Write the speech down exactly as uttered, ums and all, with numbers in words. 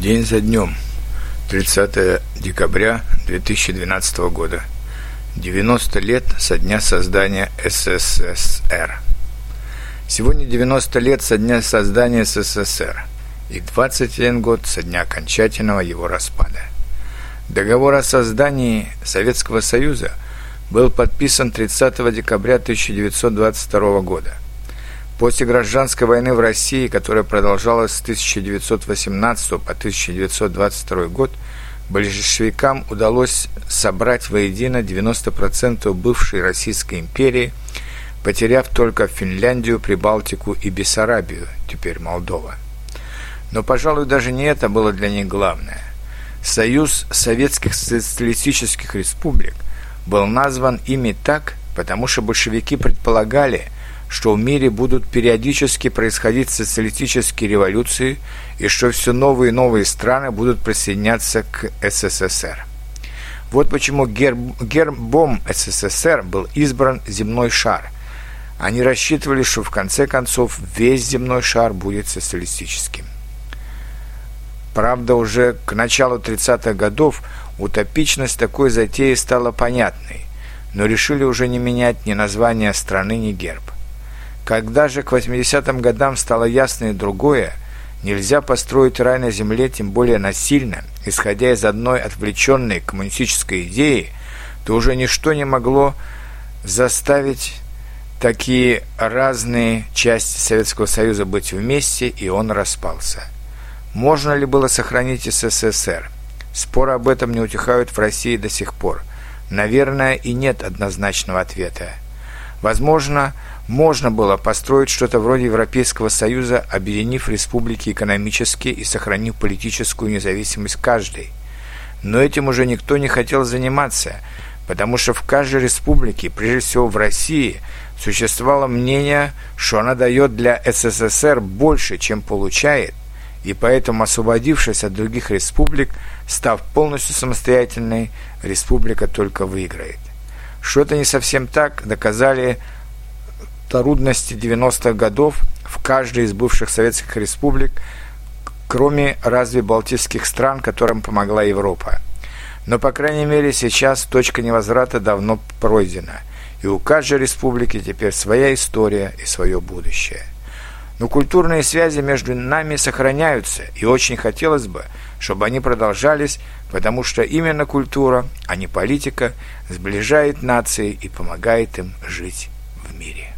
День за днем, тридцатое декабря две тысячи двенадцатого года, девяносто лет со дня создания СССР. Сегодня девяносто лет со дня создания СССР и двадцать один год со дня окончательного его распада. Договор о создании Советского Союза был подписан тридцатого декабря тысяча девятьсот двадцать второго года. После гражданской войны в России, которая продолжалась с тысяча девятьсот восемнадцатого по тысяча девятьсот двадцать второй год, большевикам удалось собрать воедино девяносто процентов бывшей Российской империи, потеряв только Финляндию, Прибалтику и Бессарабию, теперь Молдова. Но, пожалуй, даже не это было для них главное. Союз Советских Социалистических Республик был назван ими так, потому что большевики предполагали, что в мире будут периодически происходить социалистические революции и что все новые и новые страны будут присоединяться к СССР. Вот почему герб, гербом СССР был избран земной шар. Они рассчитывали, что в конце концов весь земной шар будет социалистическим. Правда, уже к началу тридцатых годов утопичность такой затеи стала понятной, но решили уже не менять ни название страны, ни герб. Когда же к восьмидесятым годам стало ясно и другое, нельзя построить рай на земле, тем более насильно, исходя из одной отвлеченной коммунистической идеи, то уже ничто не могло заставить такие разные части Советского Союза быть вместе, и он распался. Можно ли было сохранить СССР? Споры об этом не утихают в России до сих пор. Наверное, и нет однозначного ответа. Возможно, можно было построить что-то вроде Европейского Союза, объединив республики экономически и сохранив политическую независимость каждой. Но этим уже никто не хотел заниматься, потому что в каждой республике, прежде всего в России, существовало мнение, что она дает для СССР больше, чем получает, и поэтому, освободившись от других республик, став полностью самостоятельной, республика только выиграет. Что это не совсем так, доказали трудности девяностых годов в каждой из бывших советских республик, кроме разве балтийских стран, которым помогла Европа. Но, по крайней мере, сейчас точка невозврата давно пройдена, и у каждой республики теперь своя история и свое будущее. Но культурные связи между нами сохраняются, и очень хотелось бы, чтобы они продолжались, потому что именно культура, а не политика, сближает нации и помогает им жить в мире.